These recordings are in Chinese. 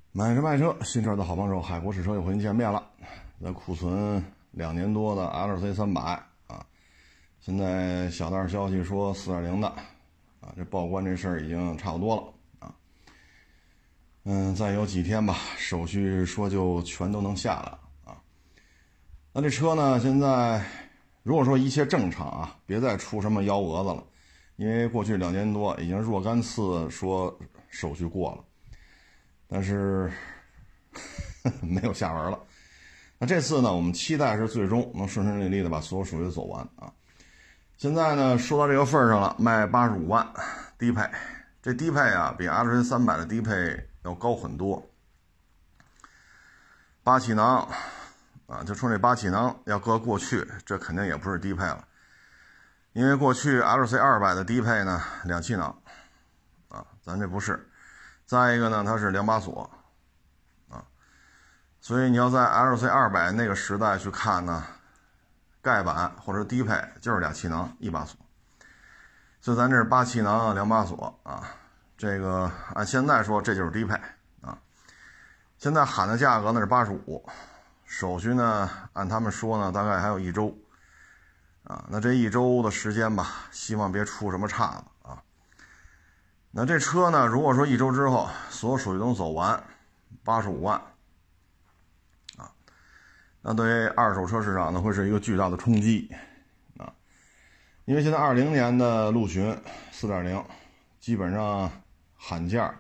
买车卖车，新车的好帮手，海阔试车又和您见面了。那库存2年多的 LC300啊，现在小道消息说 4.0 的啊，这报关这事儿已经差不多了啊。再有几天吧，手续说就全都能下来了啊。那这车呢，现在如果说一切正常啊，别再出什么幺蛾子了，因为过去2年多已经若干次说手续过了。但是没有下文了。那这次呢，我们期待是最终能顺顺利利的把所有手续走完啊。现在呢，说到这个份上了，卖85万低配，这低配啊比 LC300 的低配要高很多。8气囊啊，就说这8气囊要搁过去，这肯定也不是低配了，因为过去 LC200 的低配呢2气囊啊，咱这不是。再一个呢，它是2把锁啊，所以你要在 LC200 那个时代去看呢，盖板或者低配就是2气囊1把锁，所以咱这是8气囊2把锁啊，这个按现在说这就是低配啊。现在喊的价格呢是85，手续呢按他们说呢大概还有1周啊，那这1周的时间吧，希望别出什么岔子啊。那这车呢，如果说1周之后所有手续都走完，85万啊，那对于二手车市场呢会是一个巨大的冲击啊，因为现在20年的陆巡 4.0 基本上喊价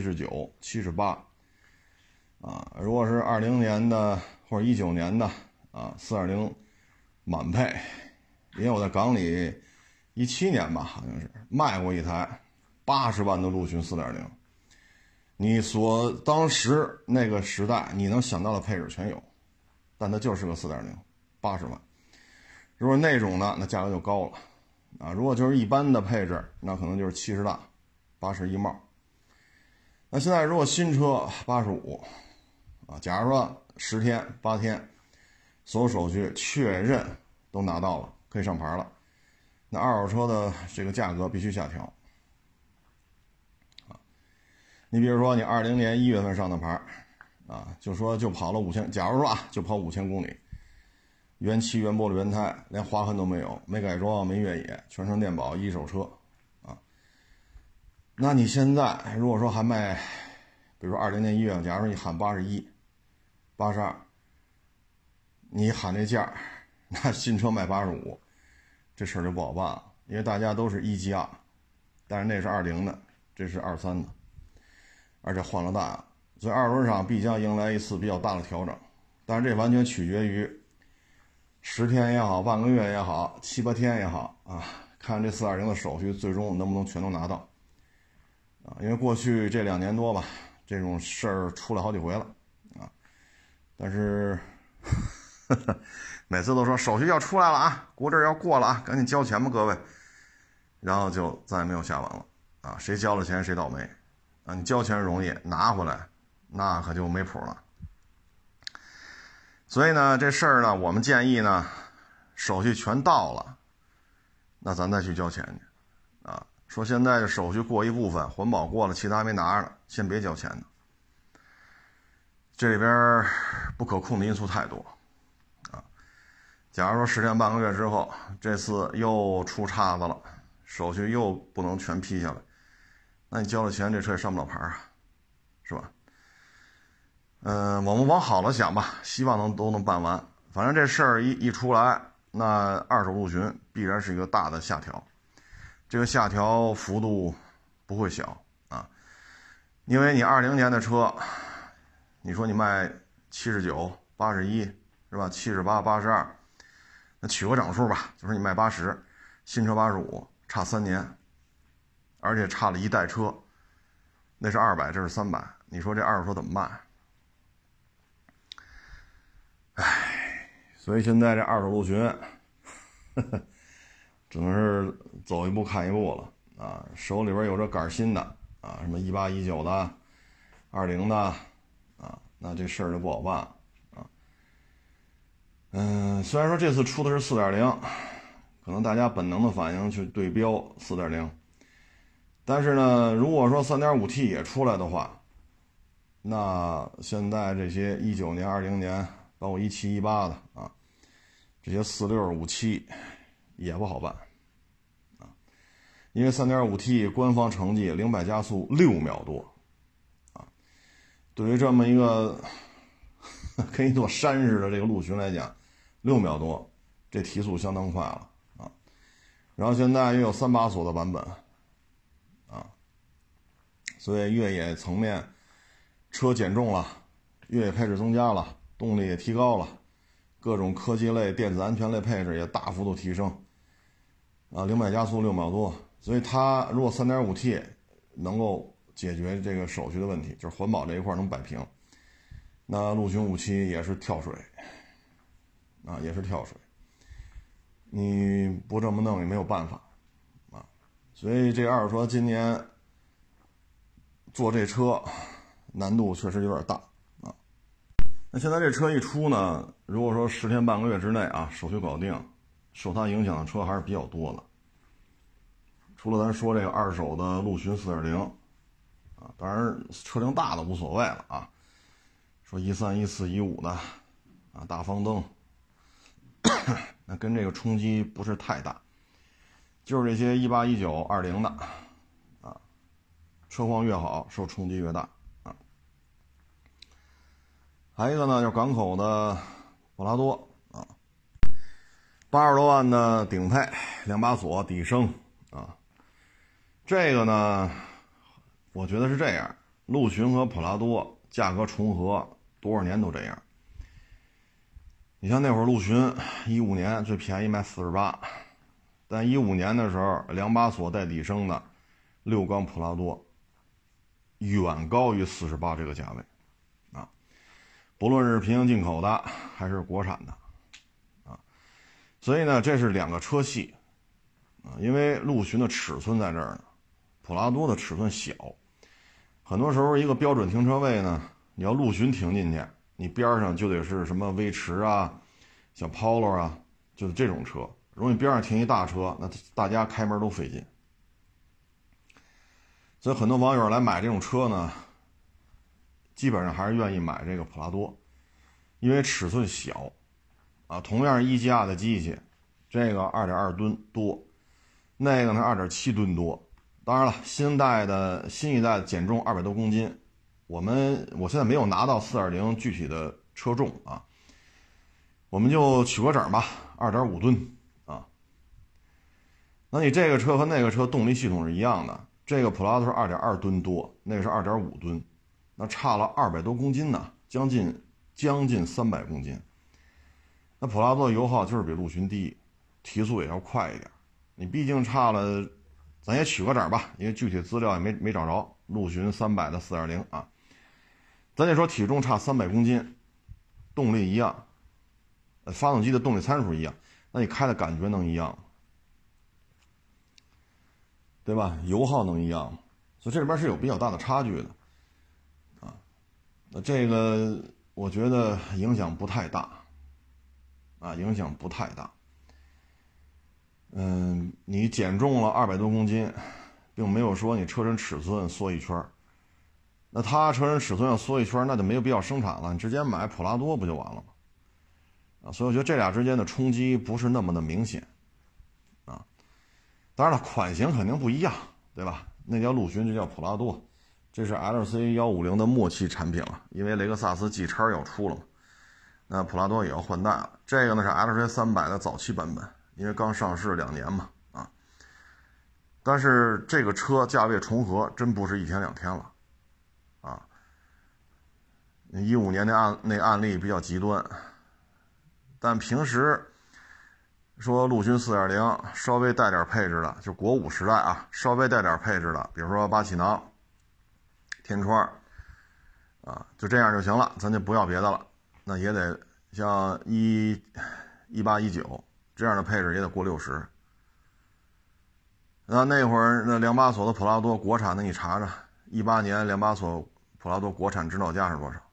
79、78啊，如果是20年的或者19年的啊 4.0 满配，因为我在港里17年吧，好像是卖过一台80万的陆巡 4.0， 你所当时那个时代你能想到的配置全有，但它就是个 4.0 80万。如果那种呢，那价格就高了啊。如果就是一般的配置，那可能就是70大81帽。那现在如果新车85啊，假如说10天8天所有手续确认都拿到了，可以上牌了，那二手车的这个价格必须下调。你比如说你20年1月份上的牌啊，就跑了5000，假如说啊就跑5000公里，原漆原玻璃原胎，连划痕都没有，没改装没越野，全程电保，一手车啊。那你现在如果说还卖，比如说20年1月，假如说你喊81 82，你喊这价，那新车卖85，这事儿就不好办了，因为大家都是1加2，但是那是20的，这是23的，而且换了大，所以二手市场必将迎来一次比较大的调整。但是这完全取决于10天也好，半个月也好，7、8天也好啊，看这 4.0 的手续最终能不能全都拿到啊。因为过去这2年多吧，这种事儿出来好几回了啊，但是每次都说手续要出来了啊，国证要过了啊，赶紧交钱吧各位，然后就再也没有下文了啊，谁交了钱谁倒霉啊！你交钱容易，拿回来那可就没谱了。所以呢，这事儿呢，我们建议呢，手续全到了，那咱再去交钱去啊。说现在的手续过一部分，环保过了，其他没拿着，先别交钱的。这里边不可控的因素太多啊。假如说10天半个月之后，这次又出岔子了，手续又不能全批下来，那你交了钱，这车也上不了牌啊，是吧？我们往好了想吧，希望都能办完。反正这事儿一出来，那二手陆巡必然是一个大的下调，这个下调幅度不会小啊，因为你20年的车，你说你卖79、81是吧？78、82，那取个整数吧，就说你卖80，新车85，差3年，而且差了一代车，那是200，这是300，你说这二手车怎么办？所以现在这二手陆巡只能是走一步看一步了啊，手里边有这杆新的啊，什么18、19的、20的啊，那这事儿就不好办啊。虽然说这次出的是 4.0， 可能大家本能的反应去对标 4.0， 但是呢，如果说 3.5T 也出来的话， 那现在这些19年、20年，包括17、18的啊，这些46、57也不好办啊，因为 3.5T 官方成绩0-100加速6秒多啊，对于这么一个跟一座山似的这个陆巡来讲，6秒多，这提速相当快了啊。然后现在又有3把锁的版本啊，所以越野层面车减重了，越野配置增加了，动力也提高了，各种科技类、电子安全类配置也大幅度提升啊，0-100加速6秒多，所以它如果 3.5T 能够解决这个手续的问题，就是环保这一块能摆平，那陆巡57也是跳水啊，也是跳水，你不这么弄也没有办法啊，所以这二手车今年做这车难度确实有点大啊。那现在这车一出呢，如果说10天半个月之内啊，手续搞定，受它影响的车还是比较多的。除了咱说这个二手的陆巡 4.0 啊，当然车龄大的无所谓了啊，说13、14、15的啊，大方灯那跟这个冲击不是太大，就是这些18、19、20的啊，车况越好受冲击越大啊。还有一个呢，就是港口的普拉多啊，80多万的顶配2把锁底升啊，这个呢我觉得是这样，陆巡和普拉多价格重合多少年都这样。你像那会儿陆巡15年最便宜卖48，但15年的时候2把锁带底升的6缸普拉多远高于48这个价位啊，不论是平行进口的还是国产的啊，所以呢这是两个车系啊，因为陆巡的尺寸在这儿呢，普拉多的尺寸小，很多时候一个标准停车位呢，你要陆巡停进去，你边上就得是什么威驰啊、小 Polo 啊，就是这种车，容易边上停一大车，那大家开门都费劲。所以很多网友来买这种车呢，基本上还是愿意买这个普拉多，因为尺寸小啊，同样1加的机器，这个 2.2 吨多，那个呢 2.7 吨多。当然了，新一代的减重200多公斤，我现在没有拿到 4.0 具体的车重啊，我们就取个整吧， 2.5 吨啊。那你这个车和那个车动力系统是一样的，这个普拉多是 2.2 吨多，那个是 2.5 吨，那差了200多公斤呢，将近300公斤。那普拉多的油耗就是比陆巡低，提速也要快一点，你毕竟差了，咱也取个整吧，因为具体资料也没找着。陆巡300的 4.0 啊，咱得说体重差300公斤，动力一样，发动机的动力参数一样，那你开的感觉能一样吗？对吧？油耗能一样吗？所以这里边是有比较大的差距的啊。那这个我觉得影响不太大啊，影响不太大。你减重了200多公斤，并没有说你车身尺寸缩一圈，那它车身尺寸要缩一圈，那就没有必要生产了，你直接买普拉多不就完了吗？啊，所以我觉得这俩之间的冲击不是那么的明显啊。当然了，款型肯定不一样，对吧？那叫陆巡，这叫普拉多，这是 LC150 的末期产品了，因为雷克萨斯 G 叉要出了嘛，那普拉多也要换代了。这个呢是 LC300 的早期版本，因为刚上市2年嘛，啊，但是这个车价位重合真不是1天2天了，啊，15年那案例比较极端，但平时说陆巡 4.0 稍微带点配置的，就国5时代啊，稍微带点配置的，比如说8气囊、天窗啊，就这样就行了，咱就不要别的了。那也得像18、19这样的配置也得过60。那会儿那2把锁的普拉多国产的你查查，18年2把锁普拉多国产指导价是多少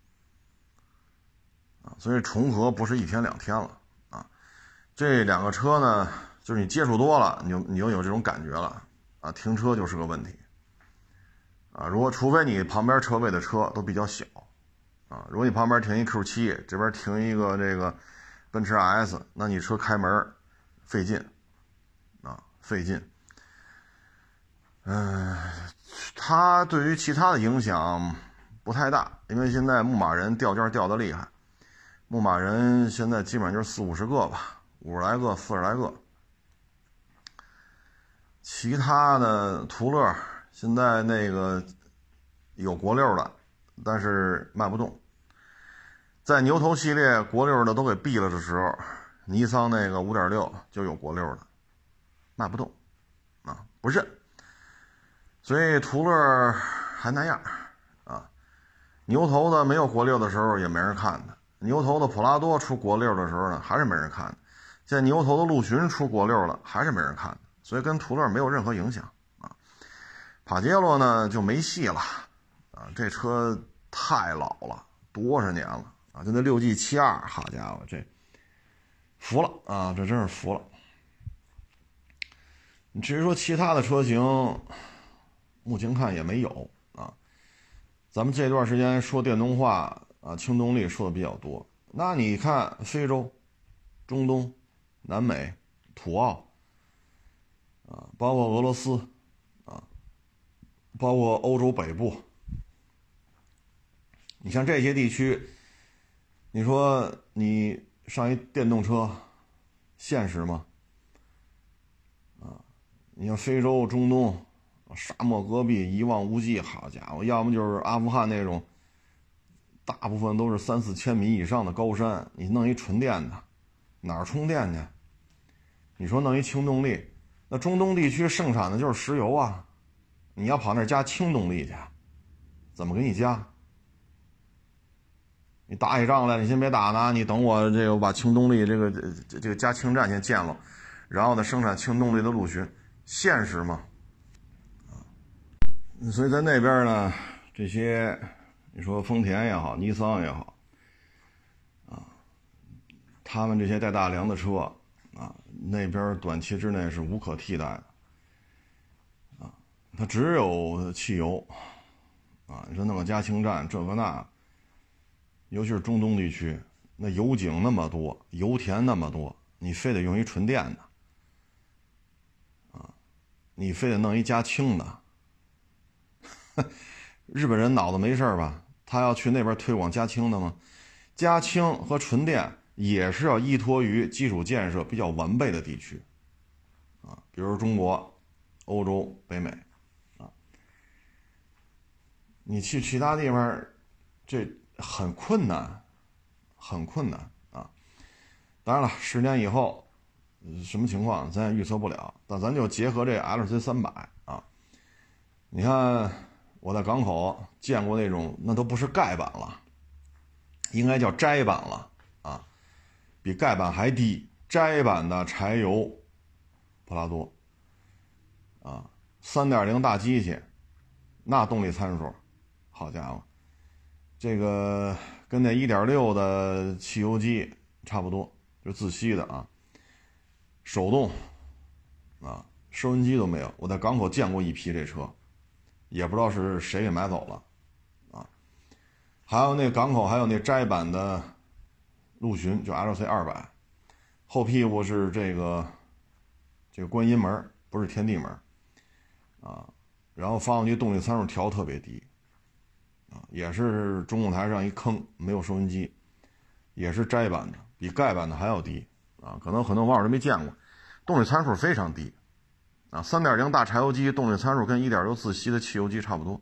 啊？所以重合不是1天2天了啊。这两个车呢，就是你接触多了，你就有这种感觉了啊，停车就是个问题除非你旁边车位的车都比较小如果你旁边停一 Q7，这边停一个这个奔驰 RS， 那你车开门费劲费劲。它对于其他的影响不太大，因为现在牧马人掉件掉得厉害，牧马人现在基本上就是40-50个吧，50来个40来个。其他的途乐现在那个有国六的，但是卖不动。在牛头系列国六的都给毙了的时候，尼桑那个 5.6 就有国六的，卖不动不认。所以途乐还那样牛头的没有国六的时候也没人看的，牛头的普拉多出国六的时候呢还是没人看的，现在牛头的陆巡出国六了还是没人看的，所以跟途乐没有任何影响帕杰罗呢就没戏了这车太老了，多少年了就那 6G72， 好家伙，这服了这真是服了。你至于说其他的车型，目前看也没有咱们这段时间说电动化轻动力说的比较多，那你看非洲、中东、南美、土澳包括俄罗斯包括欧洲北部，你像这些地区，你说你上一电动车现实吗？你像非洲、中东沙漠戈壁一望无际，好家伙，要么就是阿富汗那种大部分都是3-4千米以上的高山，你弄一纯电的哪儿充电去？你说弄一轻动力，那中东地区盛产的就是石油你要跑那儿加轻动力去，怎么给你加？你打起仗来，你先别打呢，你等我这个把轻动力这个加氢站先建了，然后呢生产轻动力的陆巡，现实吗？所以在那边呢，这些你说丰田也好，尼桑也好他们这些带大梁的车那边短期之内是无可替代的它只有汽油你说弄个加氢站这个那，尤其是中东地区，那油井那么多，油田那么多，你非得用一纯电的你非得弄一加氢的日本人脑子没事吧？他要去那边推广加氢的吗？加氢和纯电也是要依托于基础建设比较完备的地区比如中国、欧洲、北美你去其他地方这很困难当然了，10年以后什么情况咱也预测不了，但咱就结合这 LC300你看我在港口见过那种，那都不是盖板了，应该叫摘板了比盖板还低，摘板的柴油普拉多3.0 大机器，那动力参数好家伙，这个跟那 1.6 的汽油机差不多，就自吸的手动收音机都没有。我在港口见过一批这车，也不知道是谁给买走了还有那港口还有那摘板的陆巡，就 LC200， 后屁股是这个观音门，不是天地门然后发动机动力参数调特别低也是中控台上一坑，没有收音机，也是摘板的，比盖板的还要低可能很多网友都没见过，动力参数非常低3.0 大柴油机动力参数跟 1.6 自吸的汽油机差不多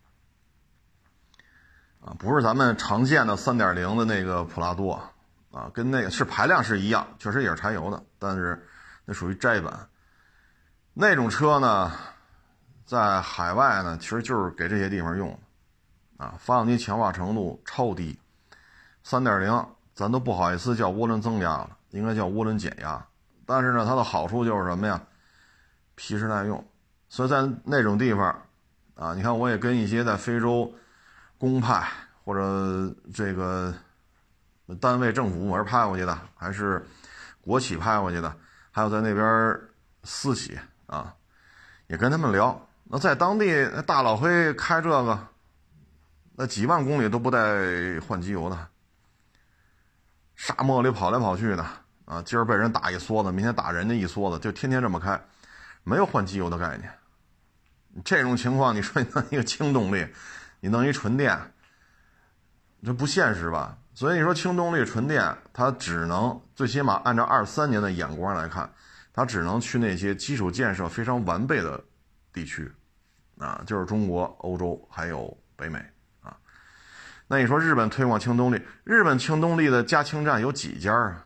不是咱们常见的 3.0 的那个普拉多跟那个是排量是一样，确实也是柴油的，但是那属于摘板。那种车呢在海外呢其实就是给这些地方用的发动机强化程度超低， 3.0 咱都不好意思叫涡轮增压了，应该叫涡轮减压，但是呢它的好处就是什么呀，皮实耐用。所以在那种地方你看我也跟一些在非洲公派或者这个单位政府部门派过去的，还是国企派过去的，还有在那边私企也跟他们聊那在当地大老黑开这个，那几万公里都不带换机油的，沙漠里跑来跑去的啊，今儿被人打一梭子，明天打人家一梭子，就天天这么开，没有换机油的概念。这种情况，你说你弄一个轻动力，你弄一纯电，这不现实吧？所以你说轻动力纯电，它只能最起码按照23年的眼光来看，它只能去那些基础建设非常完备的地区，啊，就是中国、欧洲还有北美啊。那你说日本推广轻动力，日本轻动力的加氢站有几家啊？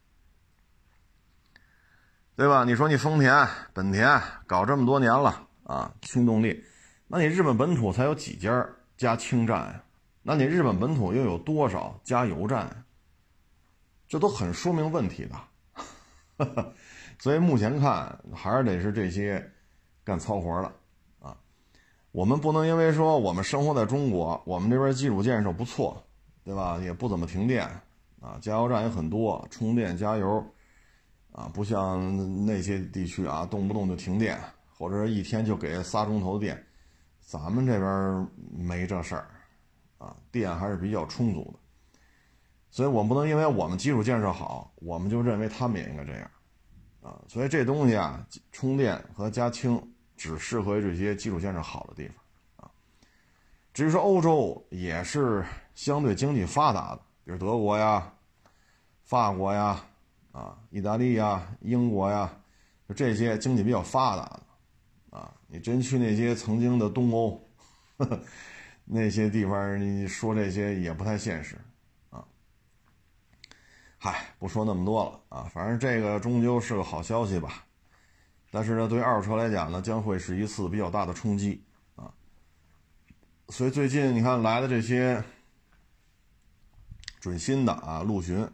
对吧？你说你丰田、本田搞这么多年了啊，轻动力，那你日本本土才有几家加氢站呀？那你日本本土又有多少加油站呀？这都很说明问题的。所以目前看还是得是这些干糙活的啊。我们不能因为说我们生活在中国，我们这边基础建设不错，对吧？也不怎么停电啊，加油站也很多，充电加油啊，不像那些地区啊，动不动就停电，或者一天就给3钟头的电。咱们这边没这事儿啊，电还是比较充足的。所以我们不能因为我们基础建设好，我们就认为他们也应该这样啊。所以这东西啊，充电和加氢只适合这些基础建设好的地方啊。至于说欧洲也是相对经济发达的，比如德国呀、法国呀、啊意大利呀、英国呀，就这些经济比较发达的啊。你真去那些曾经的东欧，那些地方，你说这些也不太现实。嗨，不说那么多了啊，反正这个终究是个好消息吧。但是呢，对二手车来讲呢，将会是一次比较大的冲击啊。所以最近你看来的这些准新的啊陆巡，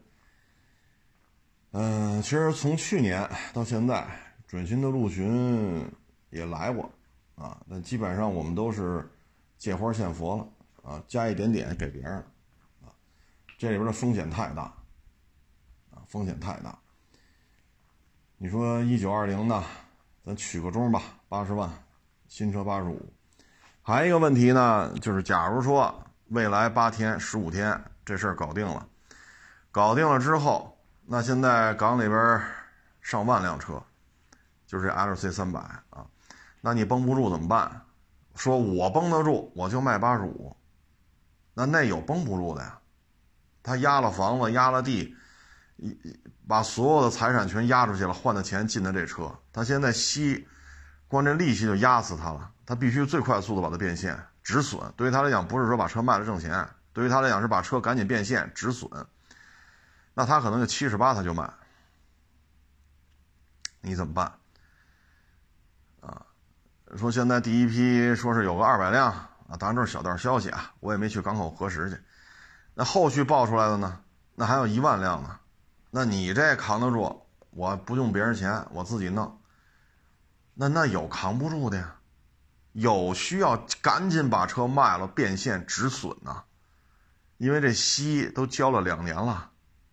其实从去年到现在，准新的陆巡也来过啊，但基本上我们都是借花献佛了啊，加一点点给别人啊，这里边的风险太大。风险太大。你说1920的，咱取个中吧，80万，新车85。还有一个问题呢，就是假如说未来8天、15天这事儿搞定了之后，那现在港里边上万辆车，就是这 LC300啊，那你绷不住怎么办？说我绷得住，我就卖85，那有绷不住的呀，他压了房子，压了地。把所有的财产全压出去了，换的钱进的这车，他现在光这利息就压死他了，他必须最快速度把它变现止损。对于他来讲，不是说把车卖了挣钱，对于他来讲是把车赶紧变现止损。那他可能就78他就卖，你怎么办啊？说现在第一批说是有个200辆啊，当然这是小道消息啊，我也没去港口核实去。那后续爆出来的呢？那还有1万辆呢。那你这扛得住，我不用别人钱，我自己弄。那有扛不住的呀，有需要赶紧把车卖了变现止损呢，因为这息都交了2年了，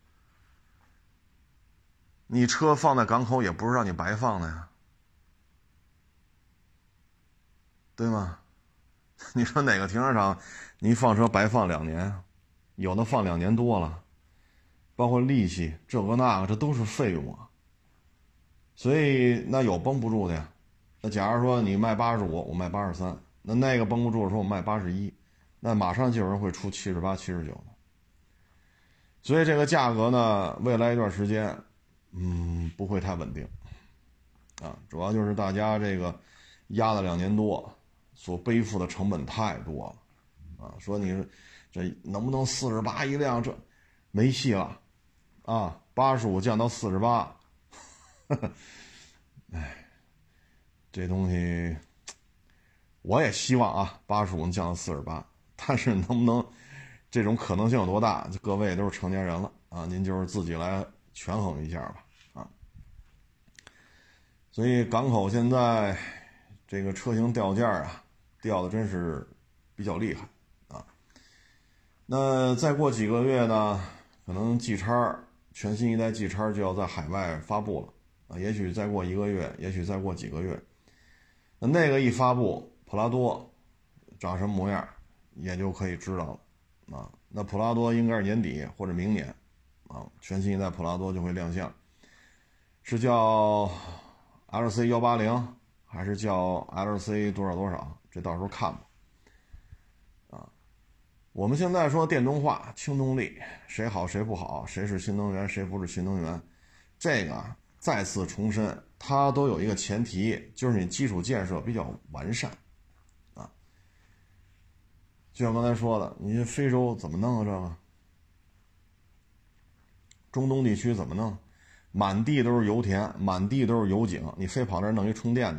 你车放在港口也不是让你白放的呀，对吗？你说哪个停车场你放车白放2年，有的放2年多了。包括利息这个那个，这都是费用啊。所以那有绷不住的呀。那假如说你卖85，我卖83，那个绷不住的时候我卖81，那马上就有人会出78、79的。所以这个价格呢，未来一段时间，不会太稳定啊。主要就是大家这个压了2年多，所背负的成本太多了啊。说你这能不能48一辆，这没戏了。啊，85降到48，哎，这东西我也希望啊，85能降到48，但是能不能这种可能性有多大？各位都是成年人了啊，您就是自己来权衡一下吧啊。所以港口现在这个车型掉价啊，掉的真是比较厉害啊。那再过几个月呢，可能 G 叉。全新一代 G 叉就要在海外发布了啊，也许再过1个月，也许再过几个月。 那个一发布，普拉多长什么模样，也就可以知道了啊。那普拉多应该是年底或者明年啊，全新一代普拉多就会亮相，是叫 LC180还是叫 LC 多少多少，这到时候看吧。啊，我们现在说电动化、轻动力，谁好谁不好，谁是新能源，谁不是新能源，这个再次重申，它都有一个前提，就是你基础建设比较完善啊。就像刚才说的，你非洲怎么弄啊？这个中东地区怎么弄？满地都是油田，满地都是油井，你非跑那儿弄一充电的，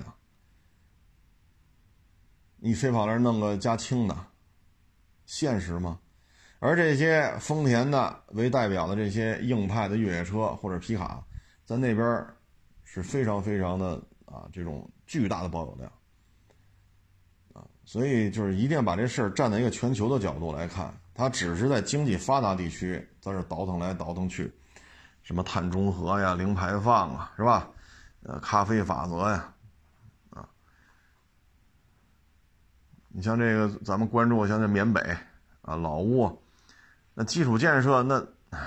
你非跑那儿弄个加氢的，现实吗？而这些丰田的为代表的这些硬派的越野车或者皮卡，在那边是非常非常的这种巨大的保有量所以就是一定要把这事儿站在一个全球的角度来看，它只是在经济发达地区在这倒腾来倒腾去，什么碳中和呀、零排放啊，是吧？咖啡法则呀，你像这个咱们关注像这缅北老挝，那基础建设那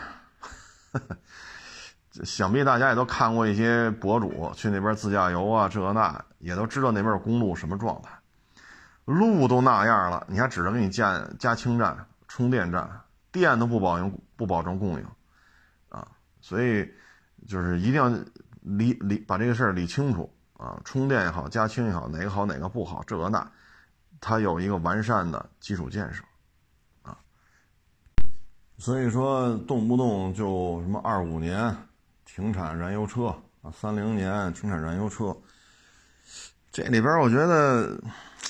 想必大家也都看过一些博主去那边自驾游啊，这那也都知道那边公路什么状态，路都那样了，你还指着给你建加氢站、充电站，电都不保证供应所以就是一定要把这个事儿理清楚充电也好，加氢也好，哪个好哪个不好，这个那它有一个完善的基础建设所以说动不动就什么25年停产燃油车30年停产燃油车，这里边我觉得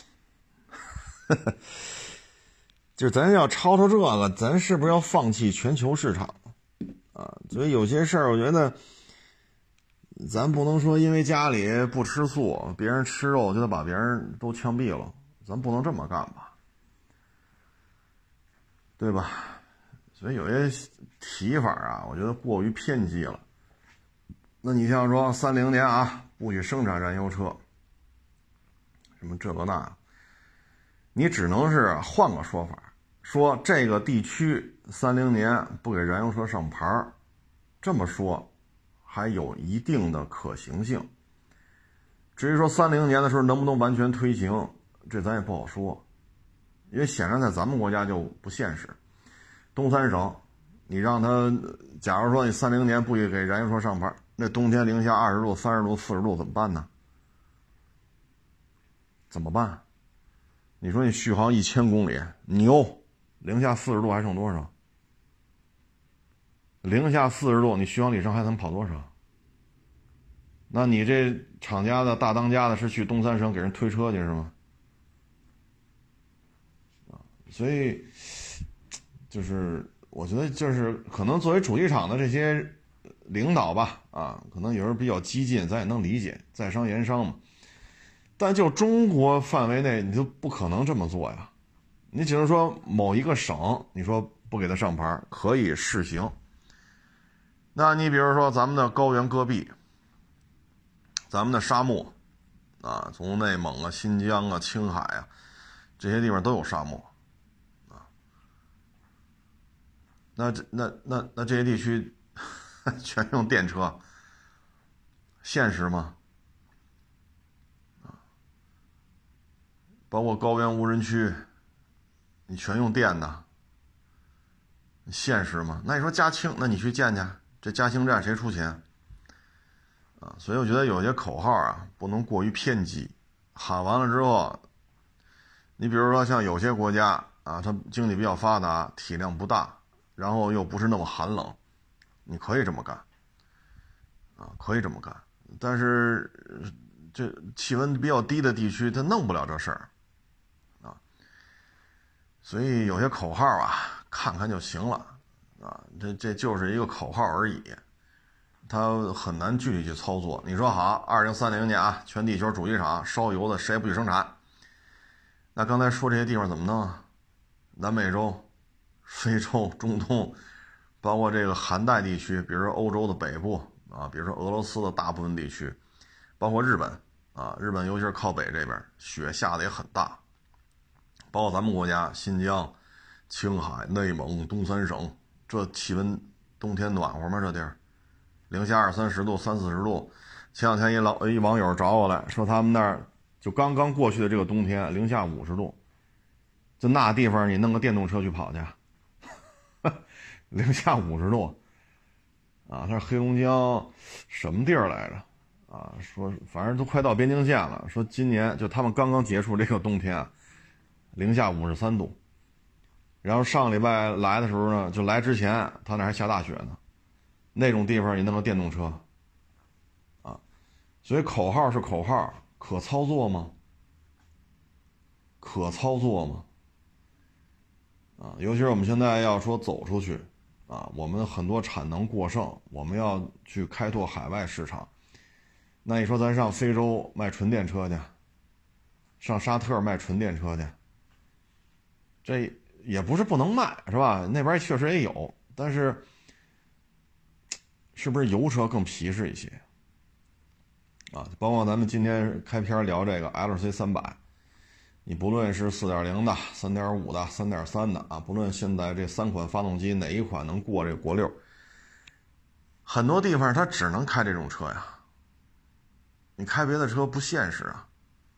就是咱要抄这个，咱是不是要放弃全球市场所以有些事儿我觉得咱不能说因为家里不吃素，别人吃肉就得把别人都枪毙了，咱不能这么干吧，对吧？所以有些提法我觉得过于偏激了。那你像说30年不许生产燃油车，什么这个那，你只能是换个说法，说这个地区30年不给燃油车上牌，这么说还有一定的可行性。至于说30年的时候能不能完全推行，这咱也不好说，因为显然在咱们国家就不现实。东三省你让他假如说你30年不许给燃油车上牌，那冬天零下20度、30度、40度怎么办呢？怎么办？你说你续航1000公里，牛，零下40度还剩多少？零下40度，你续航里程还能跑多少？那你这厂家的大当家的是去东三省给人推车去是吗？所以就是我觉得就是可能作为主机厂的这些领导吧可能有人比较激进，咱也能理解，在商言商嘛。但就中国范围内你就不可能这么做呀，你只能说某一个省你说不给他上牌可以试行，那你比如说咱们的高原戈壁，咱们的沙漠从内蒙新疆青海这些地方都有沙漠那这些地区全用电车，现实吗？包括高原无人区，你全用电的，现实吗？那你说加氢，那你去建去，这加氢站谁出钱所以我觉得有些口号不能过于偏激，喊完了之后，你比如说像有些国家它经济比较发达，体量不大，然后又不是那么寒冷，你可以这么干可以这么干，但是这气温比较低的地区它弄不了这事儿所以有些口号看看就行了这就是一个口号而已，它很难具体去操作。你说好2030年全地球主机厂烧油的谁也不许生产，那刚才说这些地方怎么弄南美洲、非洲、中东，包括这个寒带地区，比如说欧洲的北部比如说俄罗斯的大部分地区，包括日本啊，日本尤其是靠北这边雪下的也很大，包括咱们国家新疆、青海、内蒙、东三省，这气温冬天暖和吗？这地儿零下20-30度、30-40度。前两天一网友找我来说，他们那儿就刚刚过去的这个冬天零下50度，就那地方你弄个电动车去跑去，零下50度啊！他是黑龙江什么地儿来着？啊，说反正都快到边境线了。说今年就他们刚刚结束这个冬天，零下53度。然后上个礼拜来的时候呢，就来之前他那还下大雪呢。那种地方你弄个电动车，啊，所以口号是口号，可操作吗？可操作吗？啊，尤其是我们现在要说走出去，啊，我们很多产能过剩，我们要去开拓海外市场。那你说咱上非洲卖纯电车去，上沙特卖纯电车去，这也不是不能卖，是吧？那边确实也有，但是是不是油车更皮实一些啊？包括咱们今天开篇聊这个 LC300，你不论是4.0的、3.5的、3.3的啊，不论现在这3款发动机哪一款能过这个国六，很多地方它只能开这种车呀。你开别的车不现实啊，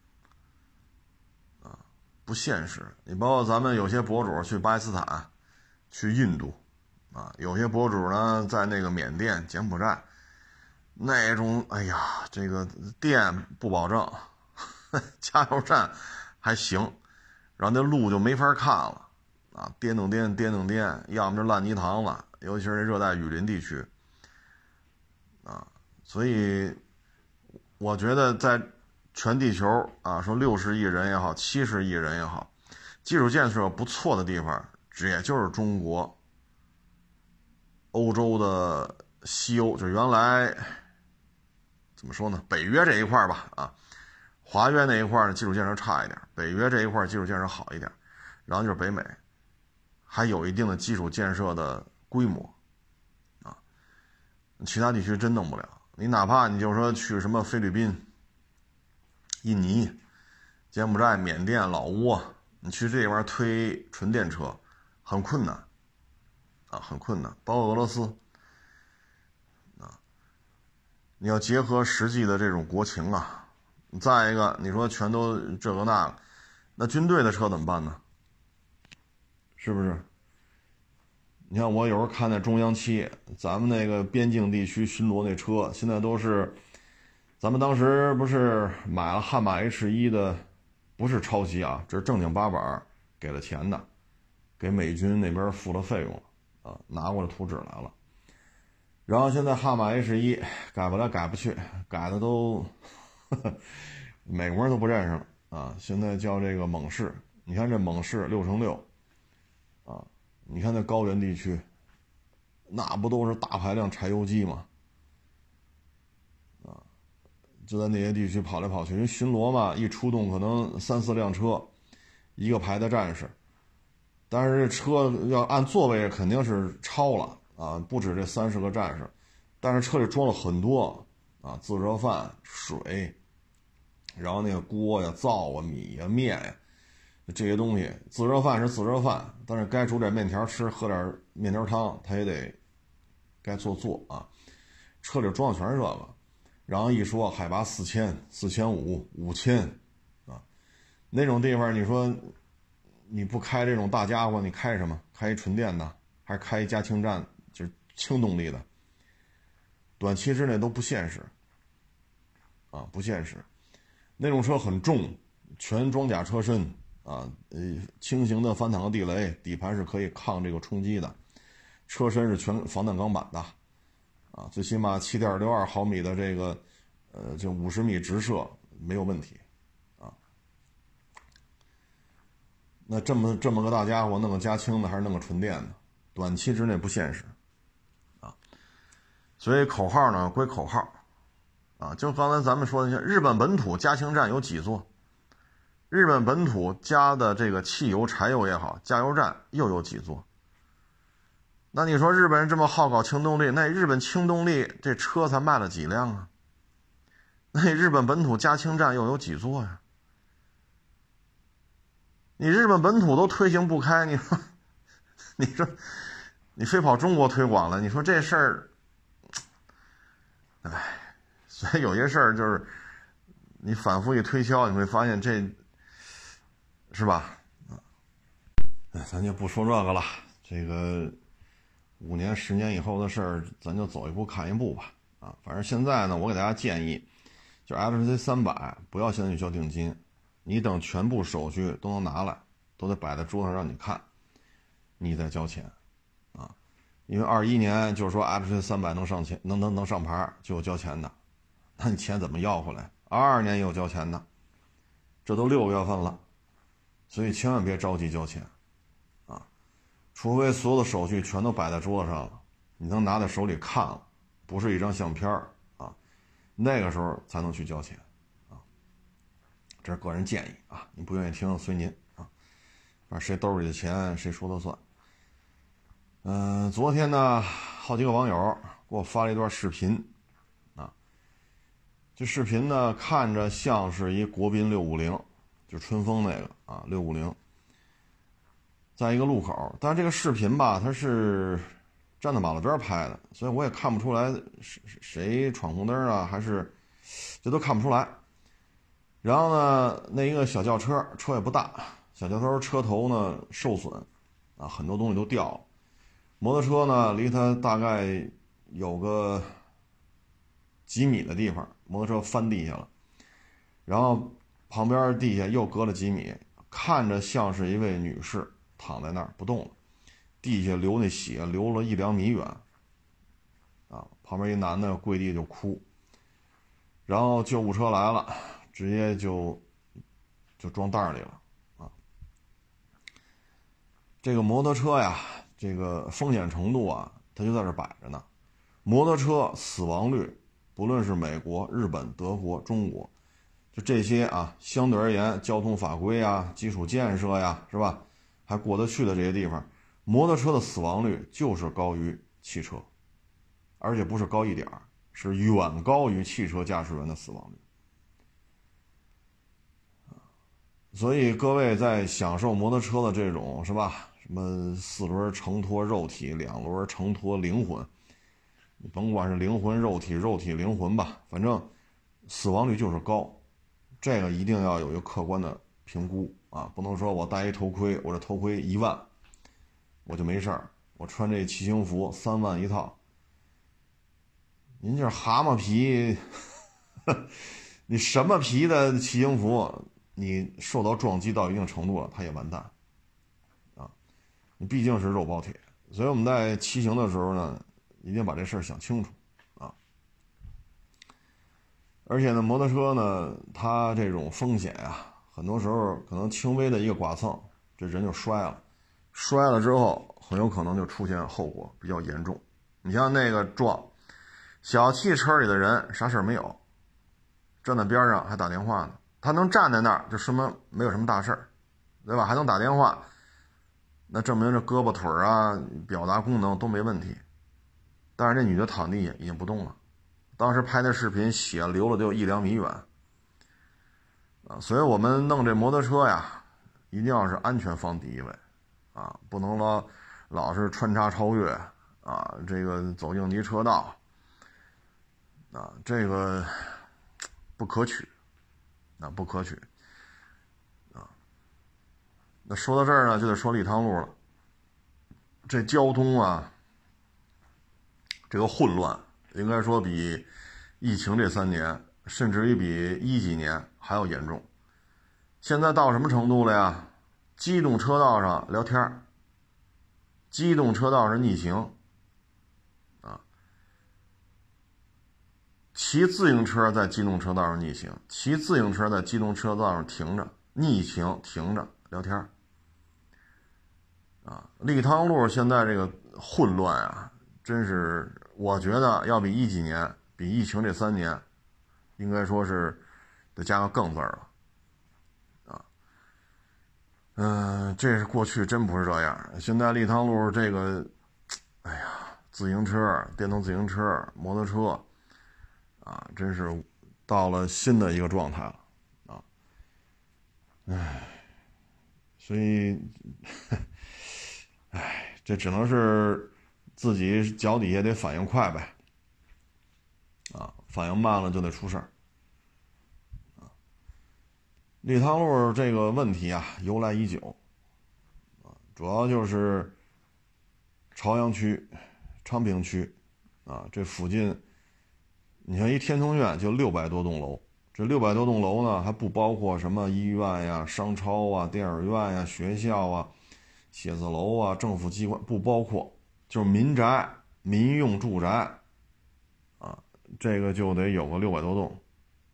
不现实。你包括咱们有些博主去巴基斯坦、去印度，啊，有些博主呢在那个缅甸、柬埔寨，那种哎呀，这个电不保证，加油站还行，然后那路就没法看了啊，颠动颠，要么就烂泥塘了，尤其是那热带雨林地区啊，所以我觉得在全地球啊，说60亿人也好，70亿人也好，基础建设不错的地方，也就是中国、欧洲的西欧，就原来怎么说呢，北约这一块吧，啊，华约那一块呢基础建设差一点，北约这一块基础建设好一点，然后就是北美，还有一定的基础建设的规模啊，其他地区真弄不了。你哪怕你就说去什么菲律宾、印尼、柬埔寨、缅甸、老挝，你去这边推纯电车很困难啊，很困难。包括俄罗斯啊，你要结合实际的这种国情啊。再一个，你说全都这个那个，那军队的车怎么办呢？是不是？你看我有时候看那中央七，咱们那个边境地区巡逻那车，现在都是，咱们当时不是买了悍马 H1的，不是抄袭啊，这是正经八板给了钱的，给美军那边付了费用啊，拿过来图纸来了。然后现在悍马 H1 改不来改不去，改的都美国人都不认识了啊！现在叫这个猛士，你看这猛士6×6啊，你看那高原地区，那不都是大排量柴油机吗？啊，就在那些地区跑来跑去，因为巡逻嘛，一出动可能3-4辆车，一个排的战士，但是这车要按座位肯定是超了啊，不止这30个战士，但是车里装了很多啊，自热饭、水，然后那个锅呀、灶啊、米呀、面呀，这些东西，自热饭是自热饭，但是该煮点面条吃，喝点面条汤，他也得该做啊。车里装的全是这个，然后一说海拔4000、4500、5000啊，那种地方你说你不开这种大家伙，你开什么？开一纯电的，还是开一加氢站，就是轻动力的？短期之内都不现实啊，不现实。那种车很重，全装甲车身啊，轻型的反坦克地雷，底盘是可以抗这个冲击的，车身是全防弹钢板的啊，最起码7.62毫米的这个就50米直射没有问题啊。那这么个大家伙，弄个加氢的还是弄个纯电的，短期之内不现实啊。所以口号呢归口号啊，就刚才咱们说的，日本本土加氢站有几座？日本本土加的这个汽油、柴油也好，加油站又有几座？那你说日本人这么好搞轻动力，那日本轻动力这车才卖了几辆啊？ 那日本本土加氢站又有几座呀？你日本本土都推行不开，你说你非跑中国推广了，你说这事儿，哎，所以有些事儿就是你反复一推敲，你会发现这是吧？哎，咱就不说这个了，这个5年10年以后的事儿，咱就走一步看一步吧。啊，反正现在呢，我给大家建议，就 FCC300不要现在去交定金，你等全部手续都能拿来，都得摆在桌上让你看，你再交钱啊。因为21年就是说 FCC300能上钱，能上牌就有交钱的，那你钱怎么要回来？22年也有交钱的，这都6月份了，所以千万别着急交钱啊，除非所有的手续全都摆在桌子上了，你能拿在手里看了，不是一张相片啊，那个时候才能去交钱啊。这是个人建议啊，你不愿意听随您啊，反正谁兜里的钱谁说了算。昨天呢，好几个网友给我发了一段视频啊，这视频呢看着像是一国宾650，就春风那个啊650，在一个路口，但是这个视频吧，它是站在马路边拍的，所以我也看不出来是谁闯红灯啊，还是这都看不出来。然后呢，那一个小轿车，车也不大，小轿车车头呢受损啊，很多东西都掉了。摩托车呢离它大概有个几米的地方，摩托车翻地下了，然后旁边地下又隔了几米，看着像是一位女士躺在那儿不动了，地下流那血流了1-2米远啊，旁边一男的跪地就哭，然后救护车来了，直接就装袋里了啊。这个摩托车呀，这个风险程度啊，它就在这摆着呢。摩托车死亡率，不论是美国、日本、德国、中国，就这些啊，相对而言交通法规啊、基础建设呀，是吧，还过得去的这些地方，摩托车的死亡率就是高于汽车，而且不是高一点，是远高于汽车驾驶员的死亡率。所以各位在享受摩托车的这种，是吧，什么4轮承托肉体，2轮承托灵魂，你甭管是灵魂肉体肉体灵魂吧，反正死亡率就是高，这个一定要有一个客观的评估啊，不能说我戴一头盔，我这头盔1万我就没事儿，我穿这骑行服3万一套，您这蛤蟆皮你什么皮的骑行服，你受到撞击到一定程度了，它也完蛋啊！你毕竟是肉包铁，所以我们在骑行的时候呢，一定把这事儿想清楚啊！而且呢，摩托车呢，它这种风险啊，很多时候可能轻微的一个剐蹭，这人就摔了，摔了之后很有可能就出现后果比较严重。你像那个撞小汽车里的人啥事儿没有，站在边上还打电话呢，他能站在那儿就说明没有什么大事儿，对吧？还能打电话，那证明这胳膊腿啊表达功能都没问题。但是这女的躺地下已经不动了，当时拍的视频血流了得有1-2米远啊，所以我们弄这摩托车呀，一定要是安全放第一位啊，不能老是穿插超越啊，这个走应急车道啊，这个不可取啊，不可取啊。那说到这儿呢，就得说立汤路了。这交通啊，这个混乱，应该说比疫情这3年，甚至于比10几年还要严重。现在到什么程度了呀？机动车道上聊天，机动车道上逆行啊，骑自行车在机动车道上逆行，骑自行车在机动车道上停着，逆行停着聊天啊。立汤路现在这个混乱啊，真是我觉得要比10几年，比疫情这3年应该说是得加个更字了啊。这是过去真不是这样，现在立汤路这个哎呀，自行车、电动自行车、摩托车啊，真是到了新的一个状态了啊。所以这只能是自己脚底下得反应快呗啊，反应慢了就得出事儿。立汤路这个问题啊，由来已久啊，主要就是朝阳区、昌平区啊，这附近，你看一天通苑就600多栋楼，这600多栋楼呢，还不包括什么医院呀、商超啊、电影院呀、学校啊、写字楼啊、政府机关，不包括，就是民宅、民用住宅啊，这个就得有个600多栋。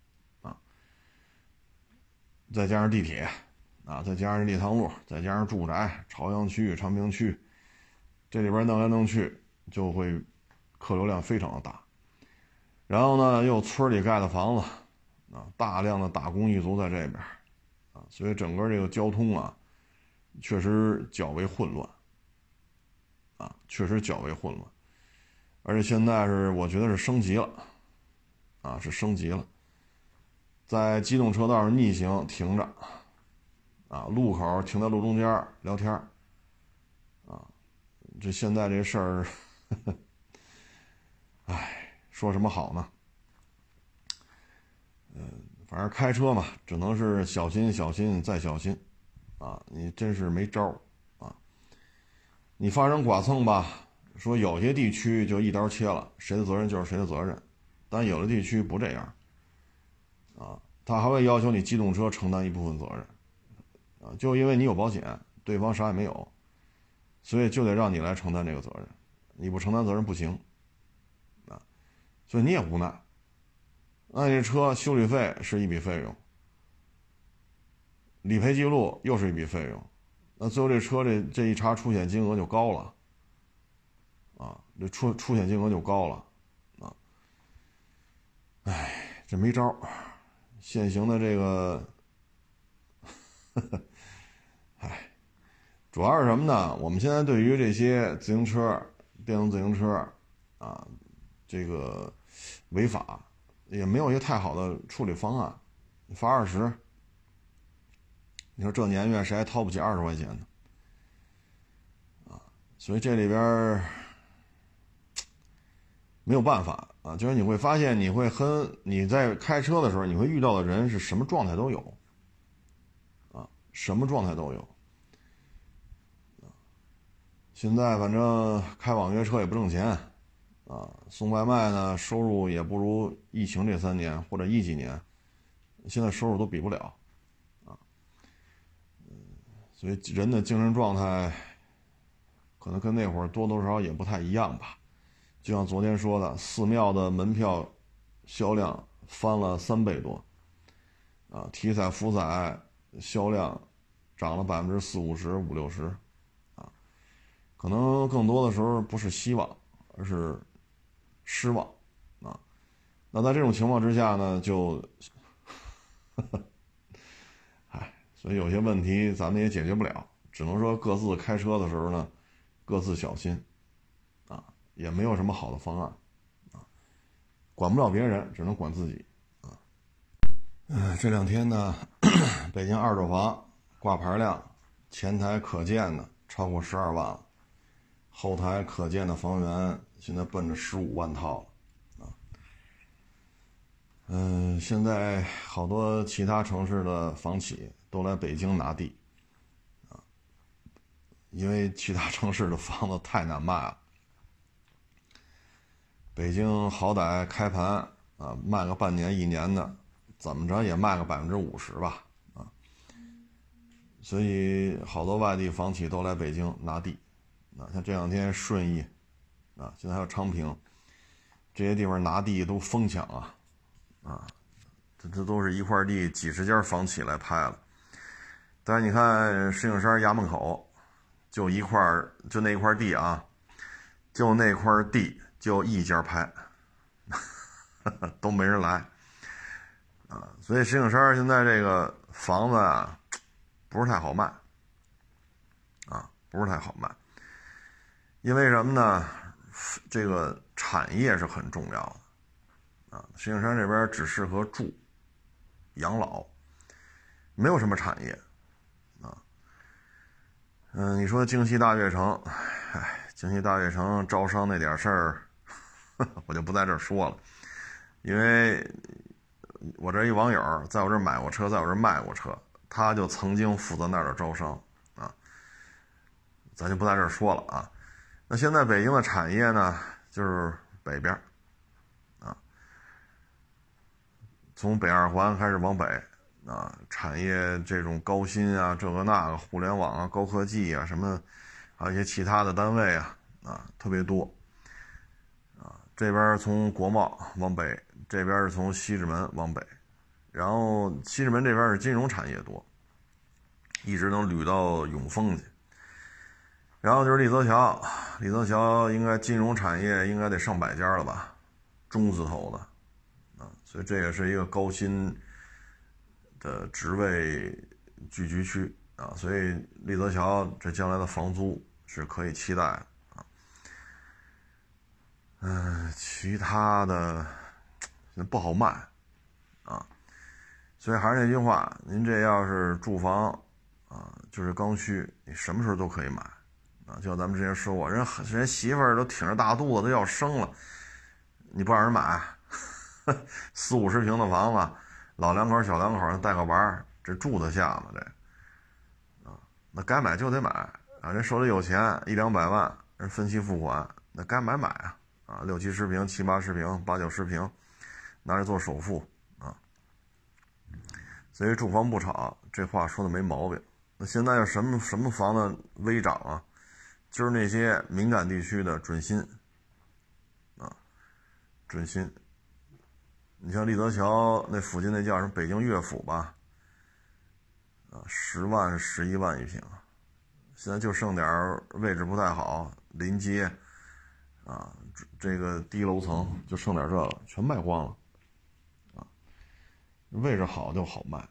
再加上地铁啊，再加上立汤路，再加上住宅，朝阳区、昌平区，这里边弄来弄去就会客流量非常的大。然后呢，又村里盖的房子啊，大量的打工一族在这边啊，所以整个这个交通啊，确实较为混乱啊，确实较为混乱。而且现在我觉得是升级了啊，是升级了，在机动车道上逆行停着啊，路口停在路中间聊天啊，这现在这事儿，说什么好呢？反正开车嘛，只能是小心、小心再小心啊！你真是没招啊！你发生剐蹭吧，说有些地区就一刀切了，谁的责任就是谁的责任，但有的地区不这样啊，他还会要求你机动车承担一部分责任啊，就因为你有保险，对方啥也没有，所以就得让你来承担这个责任，你不承担责任不行啊，所以你也无奈。那这车修理费是一笔费用，理赔记录又是一笔费用，那最后这车这一查出险金额就高了啊，这出险金额就高了啊，这没招，现行的这个，主要是什么呢？我们现在对于这些自行车、电动自行车啊，这个违法也没有一个太好的处理方案，罚20，你说这年月谁还掏不起20块钱呢？啊，所以这里边没有办法啊，就是你会发现，你在开车的时候，你会遇到的人是什么状态都有，啊，什么状态都有。现在反正开网约车也不挣钱，啊，送外卖呢收入也不如疫情这3年或者一几年，现在收入都比不了，啊，所以人的精神状态可能跟那会儿多多少少也不太一样吧。就像昨天说的，寺庙的门票销量翻了3倍多，啊，体彩、福彩销量涨了40%、50%、50%、60%。可能更多的时候不是希望，而是失望啊。那在这种情况之下呢，所以有些问题咱们也解决不了，只能说各自开车的时候呢，各自小心啊，也没有什么好的方案啊，管不了别人，只能管自己啊。这2天呢，北京二手房挂牌量，前台可见的超过12万了。后台可见的房源现在奔着15万套了啊。现在好多其他城市的房企都来北京拿地啊，因为其他城市的房子太难卖了。北京好歹开盘啊，卖个半年1年的，怎么着也卖个50%吧啊，所以好多外地房企都来北京拿地。像这2天顺义啊，现在还有昌平这些地方拿地都疯抢啊，这都是一块地几十家房企来拍了。但是你看石景山衙门口就那块地啊，就那块地就一家拍都没人来啊，所以石景山现在这个房子啊不是太好卖啊，不是太好卖。因为什么呢？这个产业是很重要的石景山这边只适合住、养老，没有什么产业啊。你说京西大悦城，京西大悦城招商那点事儿，我就不在这儿说了，因为我这一网友在我这儿买过车，在我这儿卖过车，他就曾经负责那儿的招商啊，咱就不在这儿说了啊。那现在北京的产业呢，就是北边啊，从北二环开始往北啊，产业这种高新啊，这个那个互联网啊、高科技啊什么，还有一些其他的单位啊特别多啊。这边从国贸往北，这边是从西直门往北，然后西直门这边是金融产业多，一直能捋到永丰去。然后就是立泽桥，立泽桥应该金融产业应该得上百家了吧，中字头的所以这也是一个高薪的职位聚集区啊，所以立泽桥这将来的房租是可以期待的其他的不好卖啊，所以还是那句话，您这要是住房就是刚需，你什么时候都可以买就像咱们之前说过，人媳妇儿都挺着大肚子都要生了，你不让人买40-50平的房子，老两口小两口带个娃，这住得下吗？那该买就得买人手里有钱100-200万，人分期付款，那该买60-70平、70-80平、80-90平，拿着做首付所以住房不炒，这话说的没毛病。那现在有什么房子微涨啊？就是那些敏感地区的准新准新。你像立泽桥那附近那叫什么北京乐府吧10万11万一平，现在就剩点位置不太好，临街这个低楼层就剩点这个，全卖光了位置好就好卖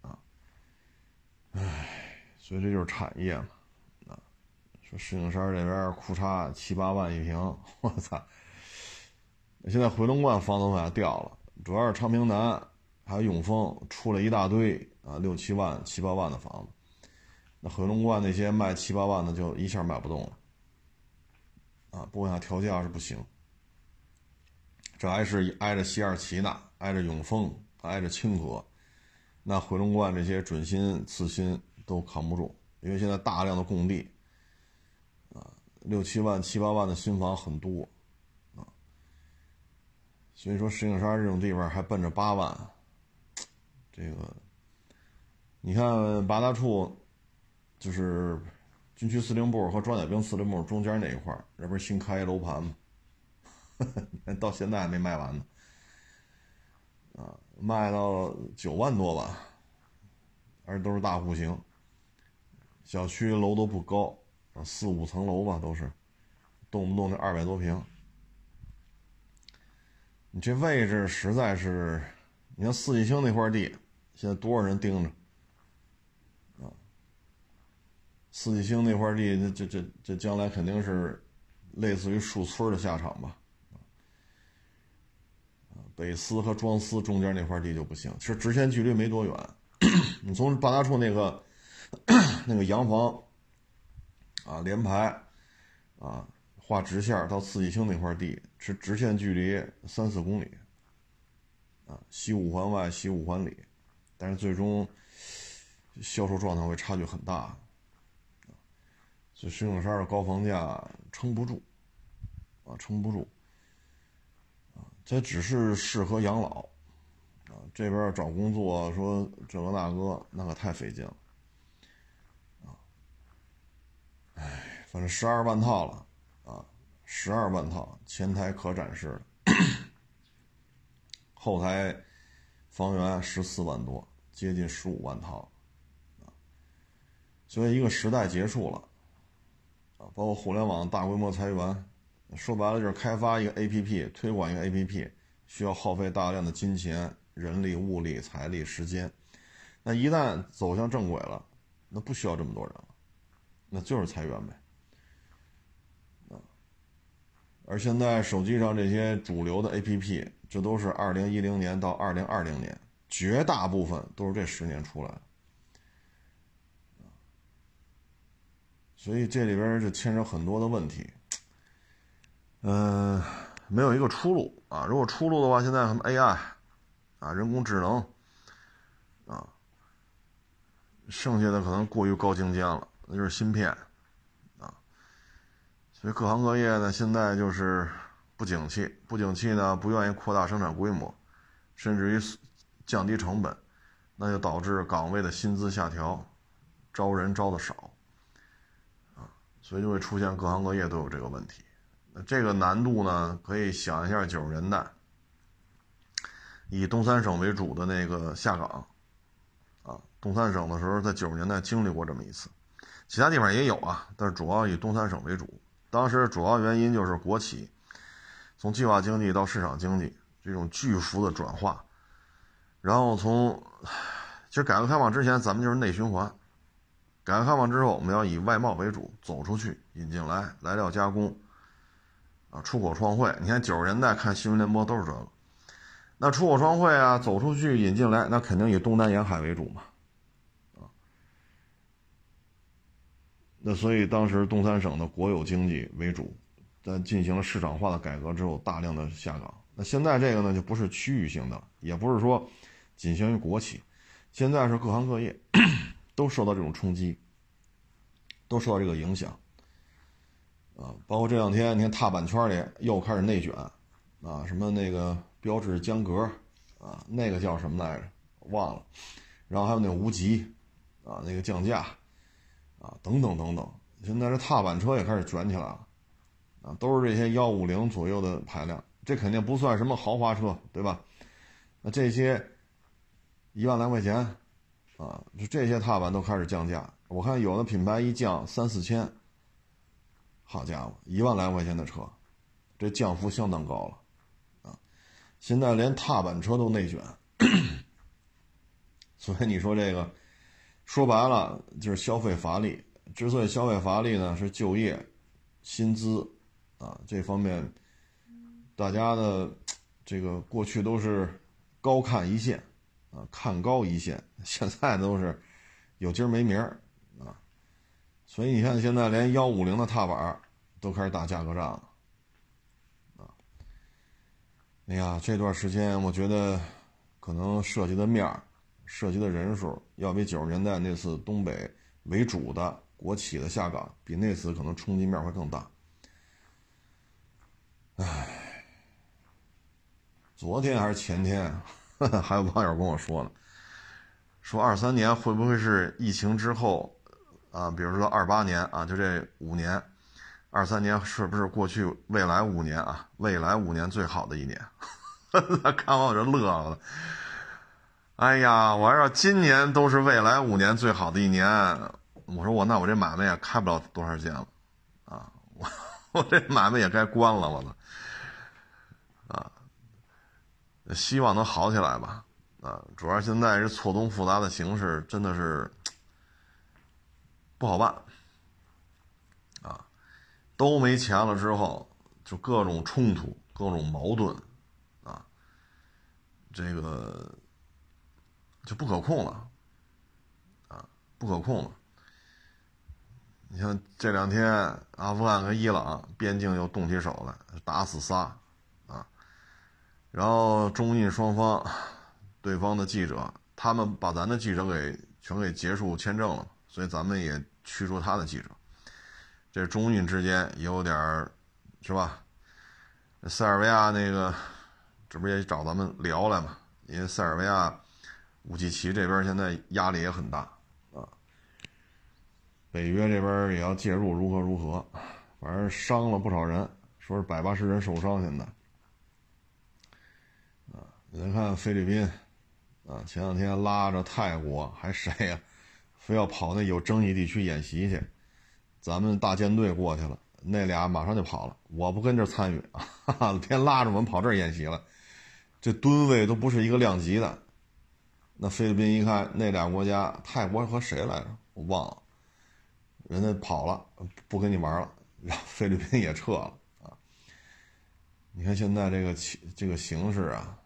所以这就是产业嘛说石景山这边库差7-8万一平，我操！现在回龙观房子往下掉了，主要是昌平南还有永丰出了一大堆6-7万、7-8万的房子，那回龙观那些卖7-8万的就一下卖不动了不往下调价是不行。这还是挨着西二旗呢，挨着永丰，挨着清河，那回龙观这些准新、次新都扛不住，因为现在大量的供地6-7万、7-8万的新房很多所以说石景山这种地方还奔着8万，这个你看八大处就是军区司令部和装甲兵司令部中间那一块，这不是新开楼盘吗？到现在还没卖完呢卖到9万多吧，而且都是大户型，小区楼都不高4-5层楼吧，都是动不动就200多平。你这位置实在是，你看四季青那块地，现在多少人盯着四季青那块地，这将来肯定是类似于树村的下场吧。北司和庄司中间那块地就不行，其实直线距离没多远。你从八大处那个洋房连排画直线到四季青那块地是直线距离3-4公里西五环外西5环里，但是最终销售状态会差距很大所以石景山的高房价撑不住撑不住这只是适合养老这边找工作说这个那个那可太费劲了反正12万套了12万套，前台可展示的后台房源14万多，接近15万套所以一个时代结束了包括互联网大规模裁员，说白了就是开发一个 APP， 推广一个 APP 需要耗费大量的金钱、人力、物力、财力、时间，那一旦走向正轨了，那不需要这么多人了，那就是裁员呗而现在手机上这些主流的 APP， 这都是2010年到2020年，绝大部分都是这10年出来的。所以这里边就牵扯很多的问题，没有一个出路啊。如果出路的话，现在什么 AI 啊、人工智能啊，剩下的可能过于高精尖了，那就是芯片啊。所以各行各业呢，现在就是不景气，不景气呢，不愿意扩大生产规模，甚至于降低成本，那就导致岗位的薪资下调，招人招的少。所以就会出现各行各业都有这个问题。那这个难度呢，可以想一下90年代以东三省为主的那个下岗啊，东三省的时候在90年代经历过这么一次，其他地方也有啊，但是主要以东三省为主。当时主要原因就是国企从计划经济到市场经济这种巨幅的转化，然后其实改革开放之前咱们就是内循环，改革开放之后，我们要以外贸为主，走出去，引进来，来料加工，啊，出口创汇。你看90年代看新闻联播都是这个。那出口创汇啊，走出去，引进来，那肯定以东南沿海为主嘛，啊，那所以当时东三省的国有经济为主，在进行了市场化的改革之后，大量的下岗。那现在这个呢，就不是区域性的，也不是说仅限于国企，现在是各行各业都受到这种冲击，都受到这个影响啊。包括这两天你看踏板圈里又开始内卷啊，什么那个标致江格啊，那个叫什么来着忘了，然后还有那无极啊，那个降价啊，等等等等。现在这踏板车也开始卷起来了啊，都是这些150左右的排量，这肯定不算什么豪华车，对吧？那这些1万来块钱啊，就这些踏板都开始降价。我看有的品牌一降3-4千，好家伙，1万来块钱的车，这降幅相当高了啊！现在连踏板车都内卷，所以你说这个说白了就是消费乏力。之所以消费乏力呢，是就业、薪资啊这方面，大家的这个过去都是高看一线啊，看高一线，现在都是有今儿没明儿啊。所以你看现在连150的踏板都开始打价格战了啊。哎呀，这段时间我觉得可能涉及的面儿、涉及的人数要比90年代那次东北为主的国企的下岗，比那次可能冲击面会更大。唉，昨天还是前天还有网友跟我说呢，说23年会不会是疫情之后啊，比如说28年啊，就这5年，23年是不是过去未来5年啊，未来5年最好的一年？看完我就乐了。哎呀，我要今年都是未来5年最好的一年，我说那我这买卖也开不了多少间了啊，我这买卖也该关了，我操啊！希望能好起来吧啊！主要现在是错综复杂的形势，真的是不好办啊！都没钱了之后，就各种冲突、各种矛盾啊，这个就不可控了啊，不可控了。你像这2天阿富汗和伊朗边境又动起手来，打死仨啊，然后中印双方对方的记者，他们把咱的记者全给结束签证了，所以咱们也驱逐他的记者。这中印之间也有点是吧？塞尔维亚那个这不也找咱们聊来嘛？因为塞尔维亚武契奇这边现在压力也很大啊，北约这边也要介入，如何，反正伤了不少人，说是180人受伤现在啊。你再看菲律宾啊，前2天拉着泰国还谁呀，非要跑那有争议地区演习去，咱们大舰队过去了，那俩马上就跑了，我不跟这参与啊，偏拉着我们跑这儿演习了，这吨位都不是一个量级的。那菲律宾一看那俩国家，泰国和谁来着我忘了，人家跑了，不跟你玩了，然后菲律宾也撤了啊。 你看现在这个形势啊，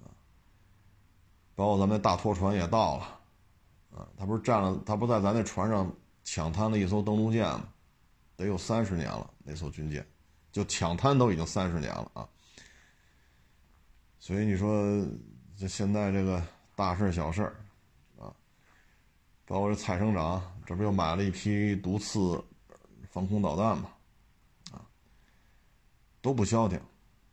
包括咱们大拖船也到了，他不是在咱那船上抢滩了一艘登陆舰吗？得有30年了，那艘军舰就抢滩都已经30年了啊。所以你说这现在这个大事小事啊，包括这蔡省长这不又买了一批毒刺防空导弹嘛，都不消停。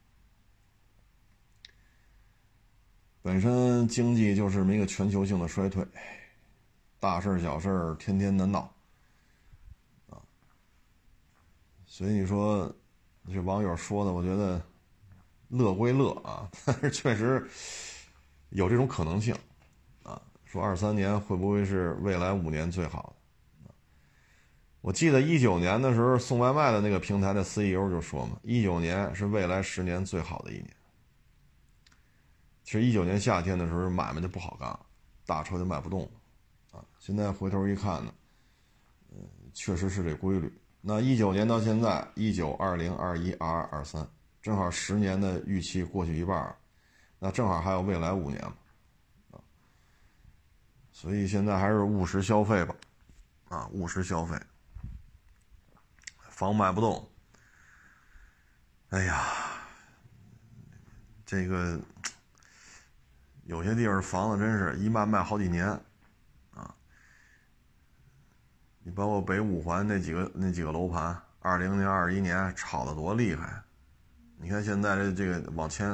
本身经济就是这么一个全球性的衰退，大事小事天天难闹啊。所以你说这网友说的，我觉得乐归乐啊，但是确实有这种可能性啊。说23年会不会是未来5年最好的？我记得19年的时候，送外卖的那个平台的 CEO 就说嘛，19年是未来10年最好的一年。其实19年夏天的时候买卖就不好干了，大车就卖不动了啊。现在回头一看呢，确实是这规律。那19年到现在，19、20、21、22、23，正好10年的预期过去一半，那正好还有未来5年嘛，啊。所以现在还是务实消费吧，啊，务实消费。房卖不动，哎呀，这个有些地方房子真是一卖好几年啊！你包括北五环那几个楼盘，20年、21年炒得多厉害！你看现在这个往前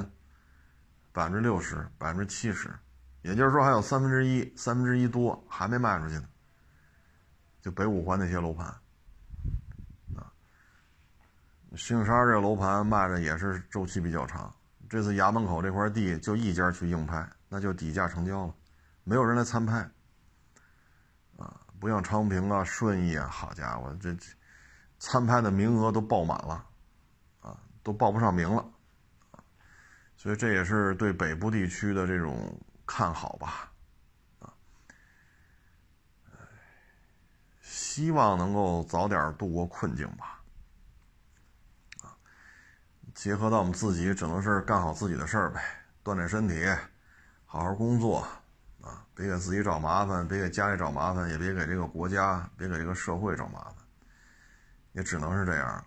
60%、70%，也就是说还有1/3多还没卖出去呢。就北五环那些楼盘啊，石景山这个楼盘卖的也是周期比较长。这次衙门口这块地就一家去硬拍，那就底价成交了，没有人来参拍啊，不像昌平啊、顺义啊，好家伙，这参拍的名额都爆满了啊，都报不上名了，所以这也是对北部地区的这种看好吧，啊，希望能够早点度过困境吧，啊，结合到我们自己，只能是干好自己的事儿呗，锻炼身体，好好工作。啊，别给自己找麻烦，别给家里找麻烦，也别给这个国家，别给这个社会找麻烦，也只能是这样。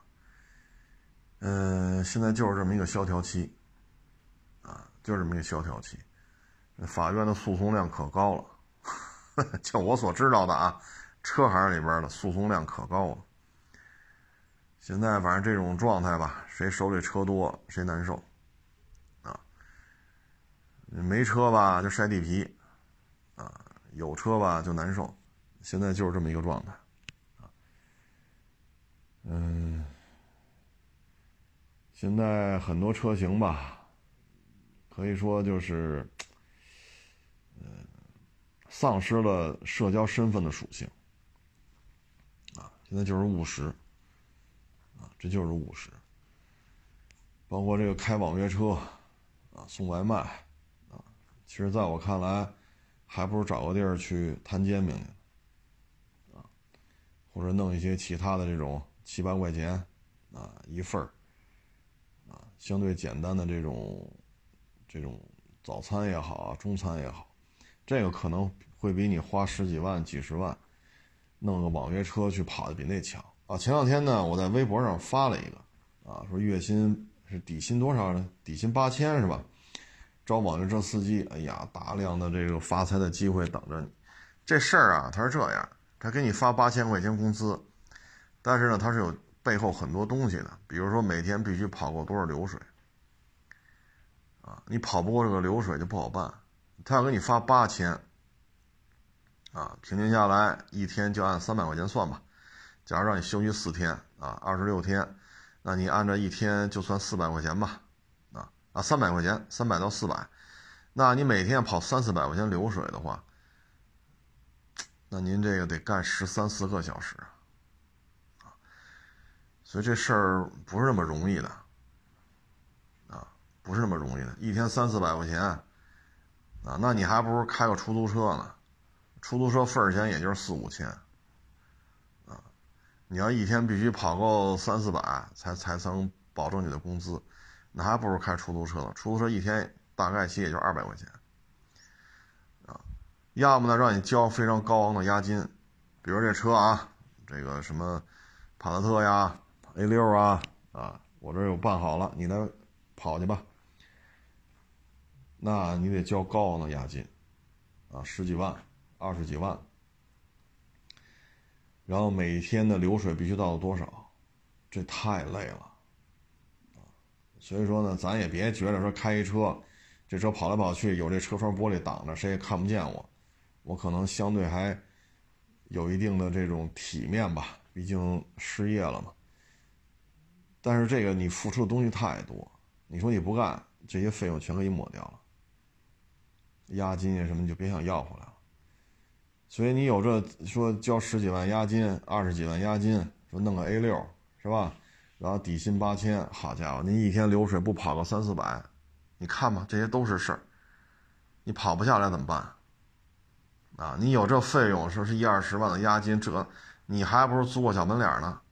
现在就是这么一个萧条期，啊，就是这么一个萧条期。法院的诉讼量可高了，就我所知道的啊，车行里边的诉讼量可高了。现在反正这种状态吧，谁手里车多谁难受，啊，没车吧就晒地皮。啊，有车吧就难受，现在就是这么一个状态，啊，现在很多车型吧，可以说就是，丧失了社交身份的属性，啊，现在就是务实，啊，这就是务实，包括这个开网约车，啊，送外卖，啊，其实在我看来，还不如找个地儿去摊煎饼去。或者弄一些其他的这种7、8块钱啊一份啊，相对简单的这种早餐也好啊，中餐也好，这个可能会比你花10几万、几十万弄个网约车去跑的比那强啊。前两天呢，我在微博上发了一个啊，说月薪是底薪多少呢？底薪8000是吧？招网约车司机，哎呀，大量的这个发财的机会等着你。这事儿啊，它是这样。他给你发8000块钱工资，但是呢，他是有背后很多东西的，比如说每天必须跑过多少流水，啊，你跑不过这个流水就不好办。他要给你发8000，啊，平均下来一天就按300块钱算吧。假如让你休息4天，啊，26天，那你按照一天就算400块钱吧，300块钱，300到400，那你每天要跑300-400块钱流水的话。那您这个得干13、14个小时啊，所以这事儿不是那么容易的，啊，不是那么容易的。一天300-400块钱，啊，那你还不如开个出租车呢，出租车份儿钱也就是4、5千，啊，你要一天必须跑够300-400才能保证你的工资， 那还不如开出租车了。出租车一天大概其也就200块钱啊，要么呢让你交非常高昂的押金，比如这车啊，这个什么帕萨特呀、A6啊，我这有办好了，你来跑去吧，那你得交高昂的押金啊，10几万、20几万，然后每天的流水必须到多少，这太累了。所以说呢，咱也别觉得说开一车，这车跑来跑去有这车窗玻璃挡着，谁也看不见我可能相对还有一定的这种体面吧，毕竟失业了嘛。但是这个你付出的东西太多，你说你不干，这些费用全给你抹掉了，押金呀什么你就别想要回来了。所以你有这说交10几万押金、20几万押金，说弄个 A6 是吧？然后底薪8000，好家伙，您一天流水不跑个300-400，你看吧，这些都是事儿。你跑不下来怎么办？啊，你有这费用，说是10-20万的押金，这你还不如租个小门脸呢。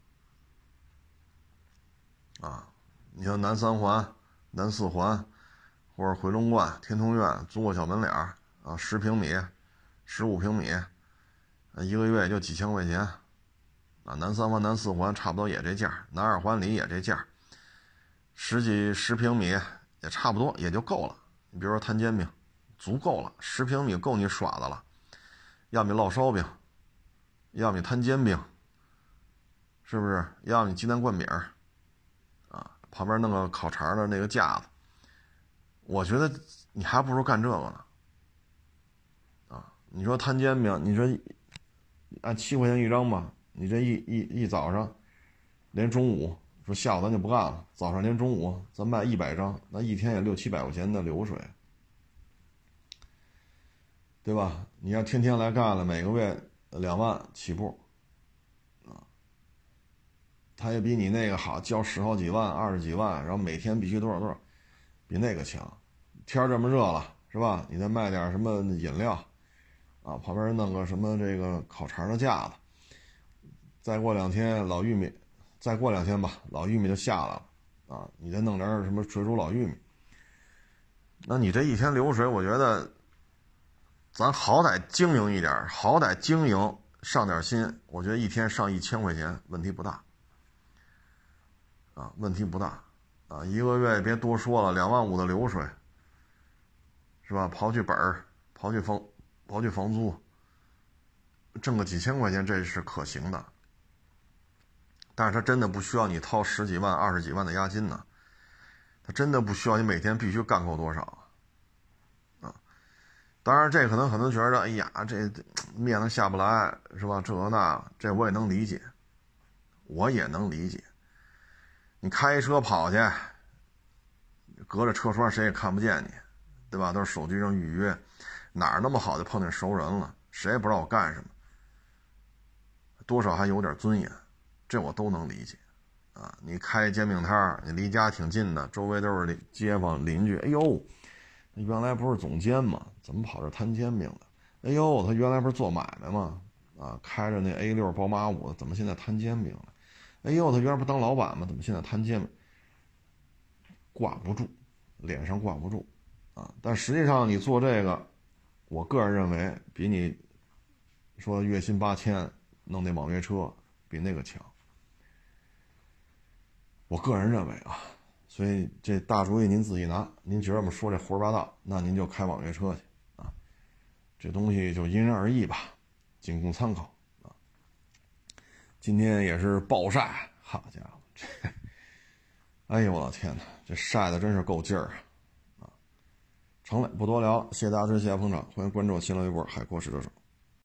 啊，你像南3环、南4环，或者回龙观、天通苑租个小门脸啊，10平米、15平米，一个月也就几千块钱。南3环、南4环差不多也这价，南2环里也这价，10平米也差不多，也就够了。你比如说摊煎饼，足够了，10平米够你耍的了。要么烙烧饼，要么摊煎饼，是不是？要么鸡蛋灌饼啊，旁边弄个烤肠的那个架子。我觉得你还不如干这个呢。啊，你说摊煎饼，你说按7块钱一张吧。你这一早上，连中午说下午咱就不干了，早上连中午咱卖100张，那一天也600-700块钱的流水，对吧？你要天天来干了，每个月2万起步，啊，他也比你那个好，交10好几万、20几万，然后每天必须多少，比那个强。天这么热了，是吧？你再卖点什么饮料，啊，旁边弄个什么这个烤肠的架子。再过2天老玉米，再过2天吧，老玉米就下来了啊！你再弄点什么水煮老玉米，那你这一天流水，我觉得咱好歹经营一点，好歹经营上点心，我觉得一天上1000块钱问题不大啊，问题不大啊！一个月别多说了，2万5的流水，是吧？刨去本儿，刨去房租，挣个几千块钱，这是可行的。但是他真的不需要你掏10几万、20几万的押金呢，他真的不需要你每天必须干够多少啊！当然，这可能很多人觉得，哎呀，这面子下不来，是吧？这那，这我也能理解，我也能理解。你开车跑去，隔着车窗谁也看不见你，对吧？都是手机上预约，哪儿那么好就碰见熟人了，谁也不知道我干什么，多少还有点尊严。这我都能理解，啊，你开煎饼摊你离家挺近的，周围都是街坊邻居。哎呦，原来不是总监吗？怎么跑这摊煎饼了？哎呦，他原来不是做买卖吗？啊，开着那 A6 宝马5，怎么现在摊煎饼了？哎呦，他原来不当老板吗？怎么现在摊煎饼？挂不住，脸上挂不住，啊！但实际上你做这个，我个人认为比你说月薪8000弄那网约车比那个强。我个人认为啊，所以这大主意您自己拿。您觉得我们说这胡说八道，那您就开网约车去啊。这东西就因人而异吧，仅供参考啊。今天也是暴晒，好家伙，这，哎呦我的天哪，这晒的真是够劲儿啊！成了，不多聊了，谢谢大家支持，谢谢捧场，欢迎关注我新浪微博海阔试车手。